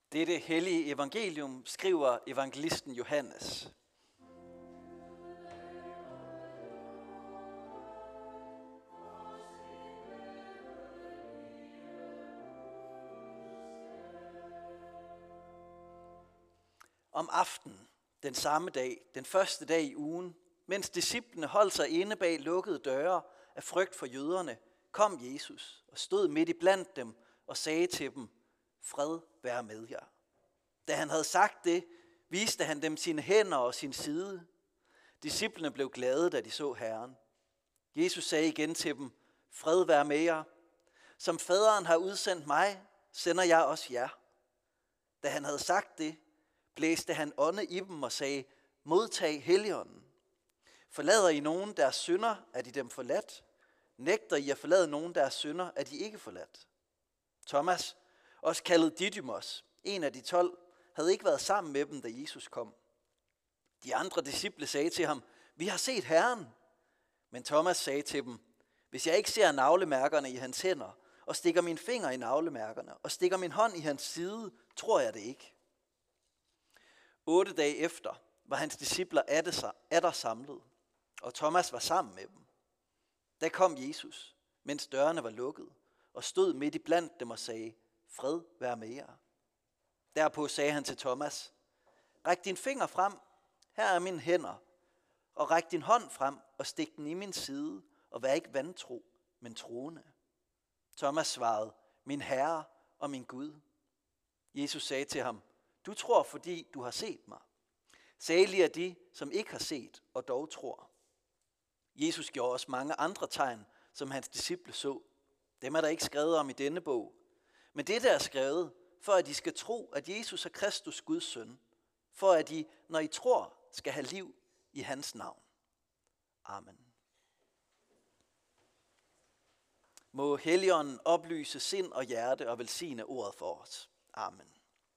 Dette hellige evangelium skriver evangelisten Johannes. Om aftenen, den samme dag, den første dag i ugen, mens disciplene holdt sig inde bag lukkede døre af frygt for jøderne, kom Jesus og stod midt i blandt dem og sagde til dem, fred være med jer. Da han havde sagt det, viste han dem sine hænder og sin side. Disciplene blev glade, da de så Herren. Jesus sagde igen til dem, fred være med jer. Som faderen har udsendt mig, sender jeg også jer. Da han havde sagt det, blæste han ånde i dem og sagde, modtag Helligånden. Forlader I nogen deres synder, er de dem forladt. Nægter I at forlade nogen deres synder, er de ikke forladt. Thomas, også kaldet Didymos, en af de 12, havde ikke været sammen med dem, da Jesus kom. De andre disciple sagde til ham, vi har set Herren. Men Thomas sagde til dem, hvis jeg ikke ser navlemærkerne i hans hænder, og stikker min finger i navlemærkerne, og stikker min hånd i hans side, tror jeg det ikke. 8 dage efter var hans discipler atter samlet, og Thomas var sammen med dem. Da kom Jesus, mens dørene var lukket, og stod midt i blandt dem og sagde, fred være med jer. Derpå sagde han til Thomas, ræk din finger frem, her er mine hænder, og ræk din hånd frem og stik den i min side, og vær ikke vantro, men troende. Thomas svarede, min Herre og min Gud. Jesus sagde til ham, du tror, fordi du har set mig. Salige er de, som ikke har set og dog tror. Jesus gjorde også mange andre tegn, som hans disciple så. Dem er der ikke skrevet om i denne bog. Men dette er skrevet, for at I skal tro, at Jesus er Kristus, Guds søn. For at I, når I tror, skal have liv i hans navn. Amen. Må Helligånden oplyse sind og hjerte og velsigne ordet for os. Amen.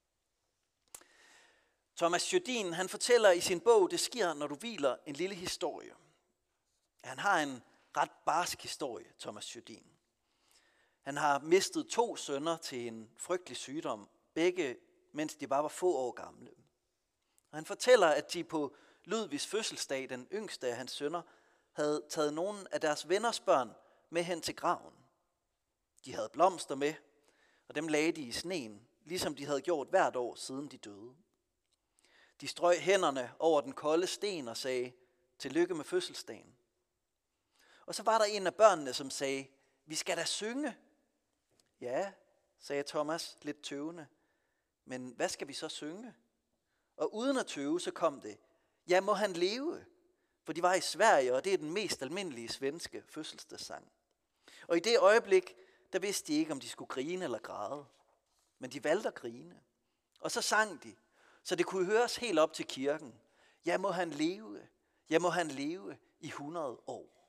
Thomas Jødin, han fortæller i sin bog, det sker, når du hviler, en lille historie. Han har en ret barsk historie, Thomas Jødin. Han har mistet 2 sønner til en frygtelig sygdom, begge mens de bare var få år gamle. Og han fortæller, at de på Ludvigs fødselsdag, den yngste af hans sønner, havde taget nogle af deres venners børn med hen til graven. De havde blomster med, og dem lagde de i sneen, ligesom de havde gjort hvert år, siden de døde. De strøg hænderne over den kolde sten og sagde, tillykke med fødselsdagen. Og så var der en af børnene, som sagde, vi skal da synge. Ja, sagde Thomas lidt tøvende, men hvad skal vi så synge? Og uden at tøve, så kom det, ja, må han leve, for de var i Sverige, og det er den mest almindelige svenske fødselsdagssang. Og i det øjeblik, der vidste de ikke, om de skulle grine eller græde, men de valgte at grine. Og så sang de, så det kunne høres helt op til kirken, ja, må han leve, ja, må han leve i 100 år.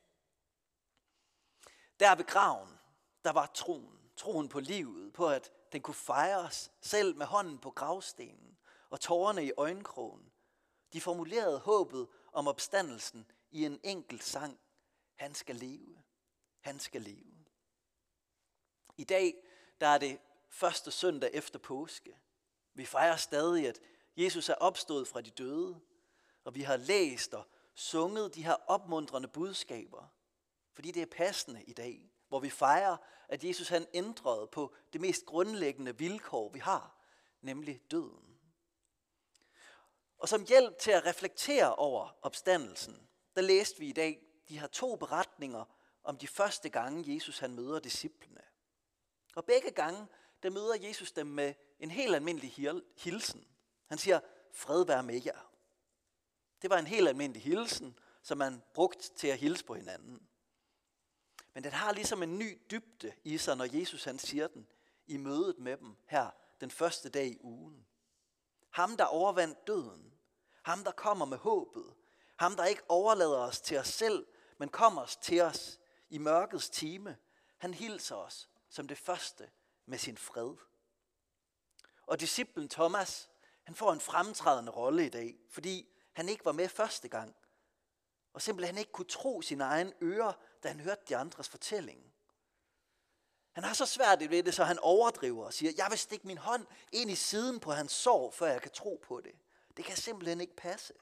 Der ved graven, der var troen på livet, på at den kunne fejres selv med hånden på gravstenen og tårerne i øjenkrogen. De formulerede håbet om opstandelsen i en enkelt sang. Han skal leve, han skal leve. I dag, der er det første søndag efter påske. Vi fejrer stadig, at Jesus er opstået fra de døde, og vi har læst og sunget de her opmuntrende budskaber, fordi det er passende i dag, hvor vi fejrer, at Jesus han ændrede på det mest grundlæggende vilkår, vi har, nemlig døden. Og som hjælp til at reflektere over opstandelsen, der læste vi i dag de her 2 beretninger om de første gange, Jesus han møder disciplene. Og begge gange, der møder Jesus dem med en helt almindelig hilsen. Han siger, fred være med jer. Det var en helt almindelig hilsen, som man brugte til at hilse på hinanden. Men den har ligesom en ny dybde i sig, når Jesus han siger den i mødet med dem her den første dag i ugen. Ham, der overvandt døden. Ham, der kommer med håbet. Ham, der ikke overlader os til os selv, men kommer til os i mørkets time. Han hilser os som det første med sin fred. Og disciplen Thomas, han får en fremtrædende rolle i dag, fordi han ikke var med første gang. Og simpelthen ikke kunne tro sine egne ører, da han hørte de andres fortælling. Han har så svært ved det, så han overdriver og siger, jeg vil stikke min hånd ind i siden på hans sår, før jeg kan tro på det. Det kan simpelthen ikke passe.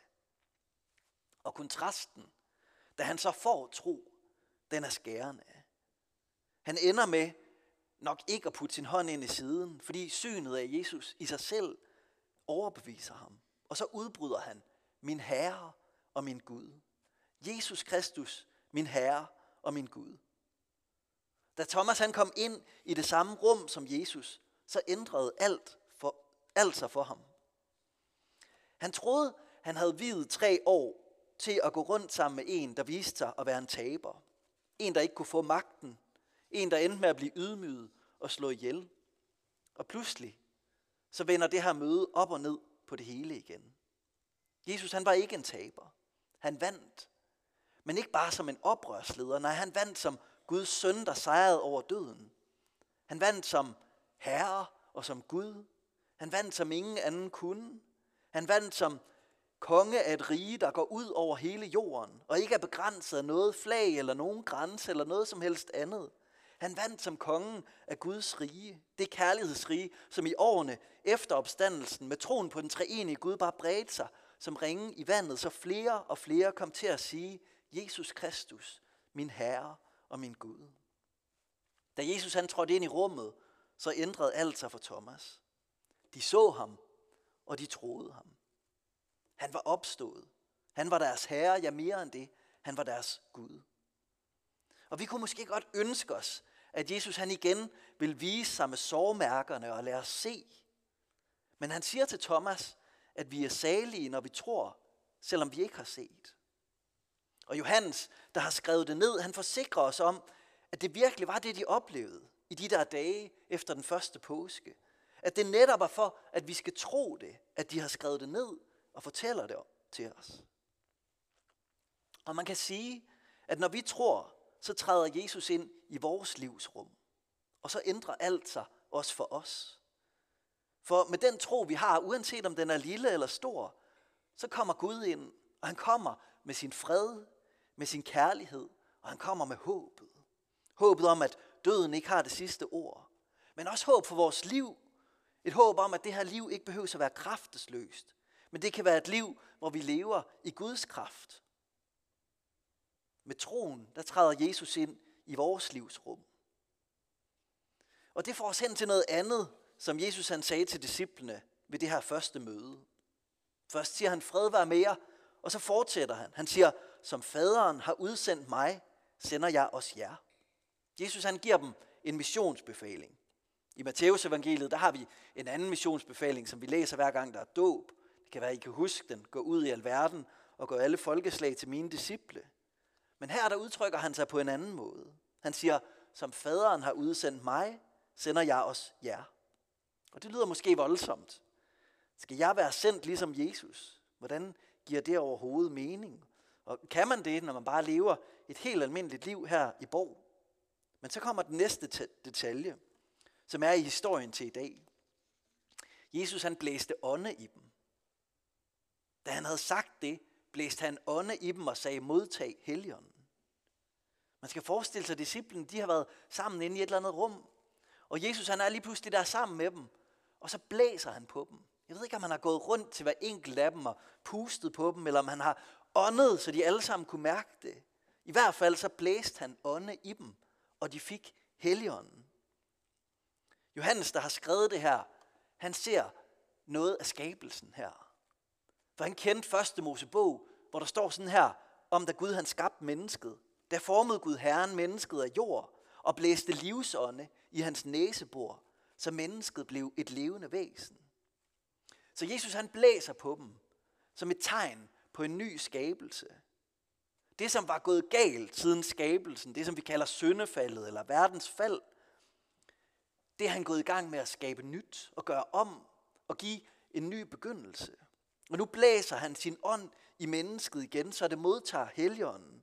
Og kontrasten, da han så får tro, den er skærende. Han ender med nok ikke at putte sin hånd ind i siden, fordi synet af Jesus i sig selv overbeviser ham. Og så udbryder han, min Herre og min Gud. Jesus Kristus, min Herre og min Gud. Da Thomas han kom ind i det samme rum som Jesus, så ændrede alt sig for ham. Han troede, han havde viet 3 år til at gå rundt sammen med en, der viste sig at være en taber. En, der ikke kunne få magten. En, der endte med at blive ydmyget og slå ihjel. Og pludselig, så vender det her møde op og ned på det hele igen. Jesus, han var ikke en taber. Han vandt. Men ikke bare som en oprørsleder. Nej, han vandt som Guds søn, der sejrede over døden. Han vandt som herre og som Gud. Han vandt som ingen anden kunne. Han vandt som konge af et rige, der går ud over hele jorden, og ikke er begrænset af noget flag eller nogen grænse eller noget som helst andet. Han vandt som kongen af Guds rige, det kærlighedsrige, som i årene efter opstandelsen med troen på den treenige Gud bare bredte sig som ringen i vandet, så flere og flere kom til at sige, Jesus Kristus, min Herre og min Gud. Da Jesus han trådte ind i rummet, så ændrede alt sig for Thomas. De så ham, og de troede ham. Han var opstået. Han var deres herre, ja mere end det. Han var deres Gud. Og vi kunne måske godt ønske os, at Jesus han igen vil vise sig med sårmærkerne og lade os se. Men han siger til Thomas, at vi er salige, når vi tror, selvom vi ikke har set. Og Johannes, der har skrevet det ned, han forsikrer os om, at det virkelig var det, de oplevede i de der dage efter den første påske. At det netop er for, at vi skal tro det, at de har skrevet det ned og fortæller det til os. Og man kan sige, at når vi tror, så træder Jesus ind i vores livsrum. Og så ændrer alt sig også for os. For med den tro, vi har, uanset om den er lille eller stor, så kommer Gud ind, og han kommer med sin fred, med sin kærlighed, og han kommer med håbet. Håbet om, at døden ikke har det sidste ord. Men også håb for vores liv. Et håb om, at det her liv ikke behøver at være kraftesløst. Men det kan være et liv, hvor vi lever i Guds kraft. Med troen, der træder Jesus ind i vores livsrum. Og det får os hen til noget andet, som Jesus han sagde til disciplene ved det her første møde. Først siger han, fred være med jer, og så fortsætter han. Han siger, som faderen har udsendt mig, sender jeg også jer. Jesus han giver dem en missionsbefaling. I Matteus evangeliet, der har vi en anden missionsbefaling, som vi læser hver gang der er dåb. Det kan være, I kan huske den. Gå ud i alverden og gå alle folkeslag til mine disciple. Men her der udtrykker han sig på en anden måde. Han siger, som faderen har udsendt mig, sender jeg også jer. Og det lyder måske voldsomt. Skal jeg være sendt ligesom Jesus? Hvordan giver det overhovedet mening? Og kan man det, når man bare lever et helt almindeligt liv her i Borg? Men så kommer den næste detalje, som er i historien til i dag. Jesus han blæste ånde i dem. Da han havde sagt det, blæste han ånde i dem og sagde, modtag Helligånden. Man skal forestille sig, at disciplene de har været sammen inde i et eller andet rum. Og Jesus han er lige pludselig der sammen med dem. Og så blæser han på dem. Jeg ved ikke, om han har gået rundt til hver enkelt af dem og pustet på dem, eller om han har åndet, så de alle sammen kunne mærke det. I hvert fald så blæste han ånde i dem, og de fik Helligånden. Johannes, der har skrevet det her, han ser noget af skabelsen her. For han kendte første Mosebog, hvor der står sådan her, om da Gud han skabte mennesket. Der formede Gud Herren mennesket af jord, og blæste livsånde i hans næsebor, så mennesket blev et levende væsen. Så Jesus han blæser på dem, som et tegn på en ny skabelse. Det som var gået galt siden skabelsen, det som vi kalder syndefaldet eller verdens fald, det er han gået i gang med at skabe nyt og gøre om og give en ny begyndelse. Og nu blæser han sin ånd i mennesket igen, så det modtager Helligånden.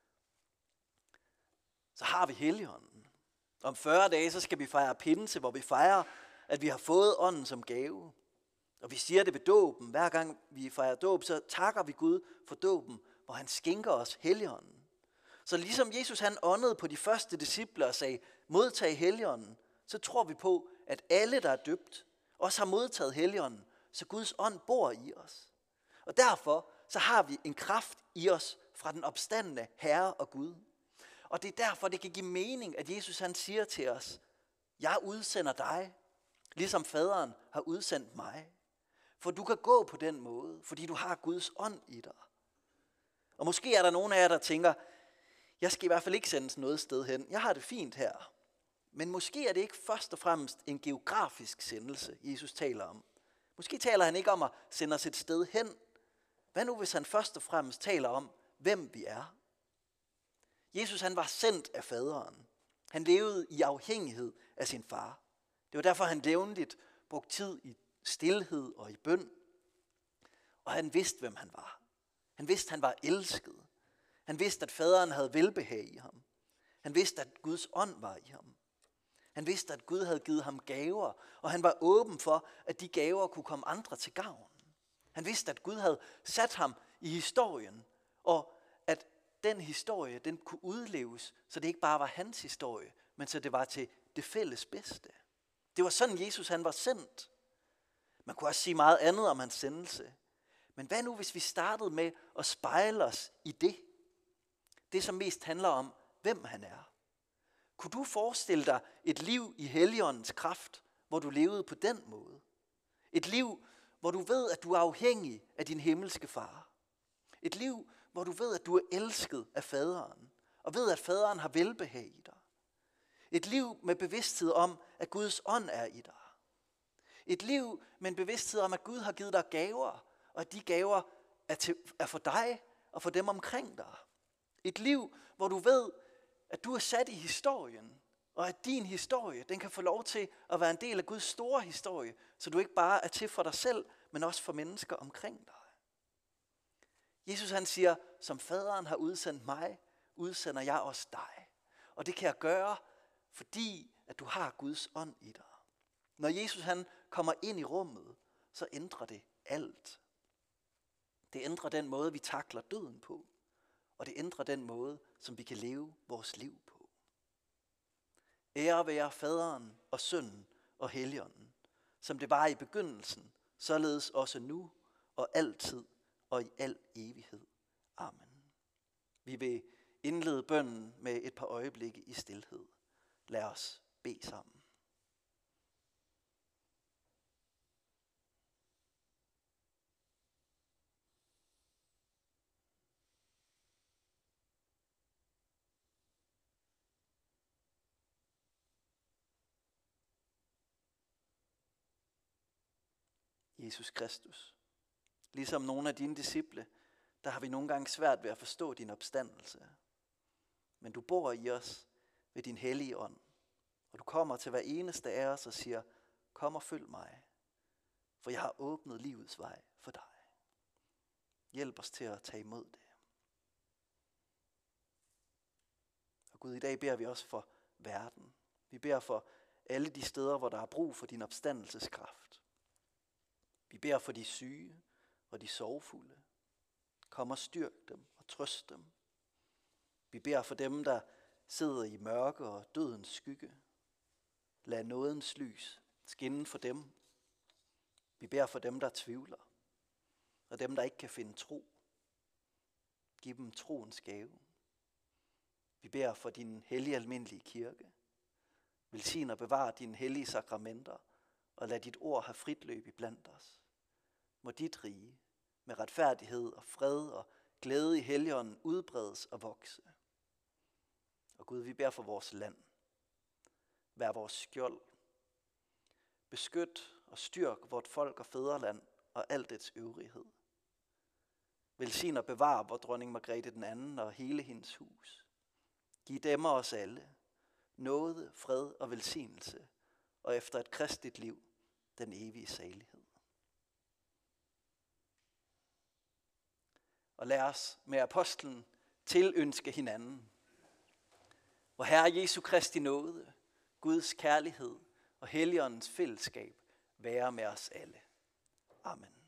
Så har vi Helligånden. Om 40 dage, så skal vi fejre pinse, hvor vi fejrer, at vi har fået ånden som gave. Og vi siger det ved dåben. Hver gang vi fejrer dåb, så takker vi Gud for dåben, hvor han skænker os Helligånden. Så ligesom Jesus han åndede på de første disciple og sagde, modtag Helligånden, så tror vi på, at alle, der er døbt, også har modtaget Helligånden, så Guds ånd bor i os. Og derfor så har vi en kraft i os fra den opstandne Herre og Gud. Og det er derfor, det kan give mening, at Jesus han siger til os, jeg udsender dig, ligesom faderen har udsendt mig. For du kan gå på den måde, fordi du har Guds ånd i dig. Og måske er der nogen af jer, der tænker, jeg skal i hvert fald ikke sendes noget sted hen. Jeg har det fint her. Men måske er det ikke først og fremmest en geografisk sendelse, Jesus taler om. Måske taler han ikke om at sende os et sted hen. Hvad nu, hvis han først og fremmest taler om, hvem vi er? Jesus han var sendt af faderen. Han levede i afhængighed af sin far. Det var derfor, han jævnligt brugte tid i stilhed og i bøn. Og han vidste, hvem han var. Han vidste, han var elsket. Han vidste, at faderen havde velbehag i ham. Han vidste, at Guds ånd var i ham. Han vidste, at Gud havde givet ham gaver, og han var åben for, at de gaver kunne komme andre til gavn. Han vidste, at Gud havde sat ham i historien, og at den historie, den kunne udleves, så det ikke bare var hans historie, men så det var til det fælles bedste. Det var sådan, Jesus han var sendt. Man kunne også sige meget andet om hans sendelse. Men hvad nu, hvis vi startede med at spejle os i det? Det, som mest handler om, hvem han er. Kunne du forestille dig et liv i Helligåndens kraft, hvor du levede på den måde? Et liv, hvor du ved, at du er afhængig af din himmelske far. Et liv, hvor du ved, at du er elsket af faderen, og ved, at faderen har velbehag i dig. Et liv med bevidsthed om, at Guds ånd er i dig. Et liv med en bevidsthed om, at Gud har givet dig gaver, og at de gaver er for dig og for dem omkring dig. Et liv, hvor du ved, at du er sat i historien, og at din historie, den kan få lov til at være en del af Guds store historie, så du ikke bare er til for dig selv, men også for mennesker omkring dig. Jesus han siger, som faderen har udsendt mig, udsender jeg også dig. Og det kan jeg gøre, fordi at du har Guds ånd i dig. Når Jesus han kommer ind i rummet, så ændrer det alt. Det ændrer den måde, vi takler døden på. Og det ændrer den måde, som vi kan leve vores liv på. Ære være faderen og sønnen og Helligånden, som det var i begyndelsen, således også nu og altid og i al evighed. Amen. Vi vil indlede bønnen med et par øjeblikke i stilhed. Lad os bede sammen. Jesus Kristus, ligesom nogle af dine disciple, der har vi nogle gange svært ved at forstå din opstandelse. Men du bor i os ved din hellige ånd, og du kommer til hver eneste af os og siger, kom og følg mig, for jeg har åbnet livets vej for dig. Hjælp os til at tage imod det. Og Gud, i dag beder vi også for verden. Vi beder for alle de steder, hvor der er brug for din opstandelseskraft. Vi beder for de syge og de sorgfulde. Kom og styrk dem og trøst dem. Vi beder for dem, der sidder i mørke og dødens skygge. Lad nådens lys skinne for dem. Vi beder for dem, der tvivler, og dem, der ikke kan finde tro. Giv dem troens gave. Vi beder for din hellige almindelige kirke. Velsign og bevar dine hellige sakramenter, og lad dit ord have frit løb iblandt os. Må dit rige med retfærdighed og fred og glæde i Helligånden udbredes og vokse. Og Gud, vi beder for vores land. Vær vores skjold. Beskyt og styrk vort folk og fædreland og alt dets øvrighed. Velsign og bevar vor dronning Margrethe den anden og hele hendes hus. Giv dem og os alle nåde, fred og velsignelse, og efter et kristigt liv den evige salighed. Og lad os med apostlen tilønske hinanden. Vor Herre Jesu Kristi nåde, Guds kærlighed og Helligåndens fællesskab være med os alle. Amen.